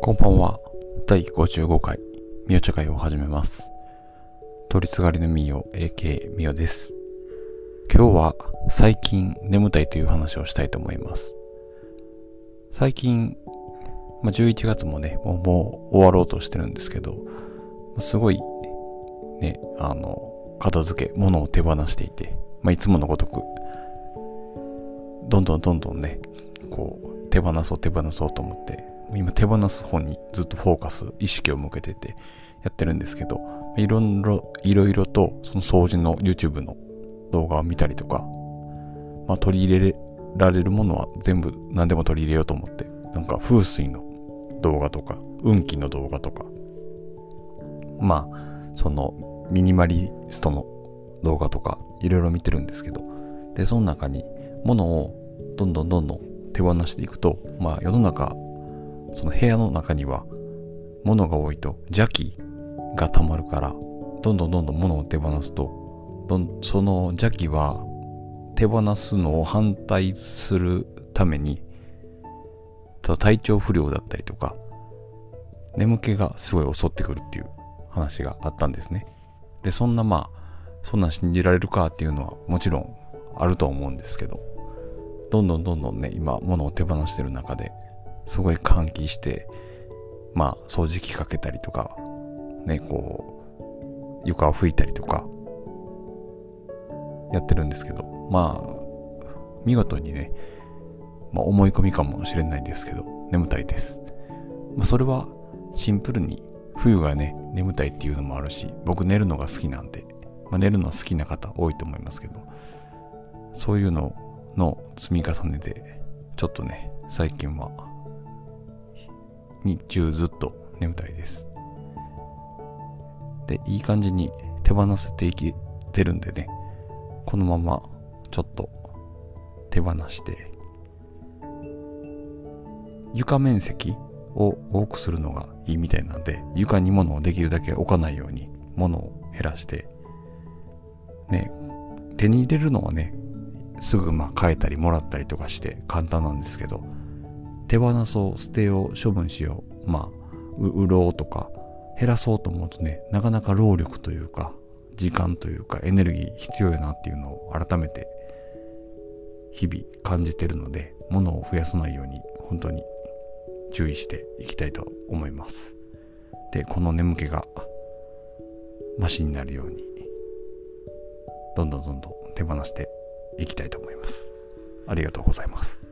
こんばんは。第55回みお茶会を始めます。通りすがりのみお AK みおです。今日は最近眠たいという話をしたいと思います。最近、11月もねもう終わろうとしてるんですけど、すごいね片付け物を手放していて、いつものごとくどんどんね手放そうと思って今手放す方にずっとフォーカス意識を向けててやってるんですけど、いろいろとその掃除の YouTube の動画を見たりとか、取り入れられるものは全部何でも取り入れようと思って、風水の動画とか運気の動画とか、そのミニマリストの動画とかいろいろ見てるんですけど、でその中に物をどんどん手放していくと、世の中その部屋の中には物が多いと邪気が溜まるから、どんどん物を手放すとその邪気は手放すのを反対するために体調不良だったりとか眠気がすごい襲ってくるっていう話があったんですね。でそんな信じられるかっていうのはもちろんあると思うんですけど、どんどんね今物を手放してる中ですごい換気して、掃除機かけたりとかね、床を拭いたりとかやってるんですけど、見事にね、思い込みかもしれないですけど眠たいです。それはシンプルに冬がね眠たいっていうのもあるし、僕寝るのが好きなんで、寝るの好きな方多いと思いますけど、そういうのの積み重ねでちょっとね最近は日中ずっと眠たいです。でいい感じに手放せていけてるんでね、このままちょっと手放して床面積を多くするのがいいみたいなので、床に物をできるだけ置かないように物を減らしてね、手に入れるのはねすぐ変えたりもらったりとかして簡単なんですけど、手放そう、捨てよう、処分しよう、売ろうとか減らそうと思うとね、なかなか労力というか時間というかエネルギー必要やなっていうのを改めて日々感じてるので、物を増やさないように本当に注意していきたいと思います。でこの眠気がマシになるようにどんどん手放していきたいと思います。ありがとうございます。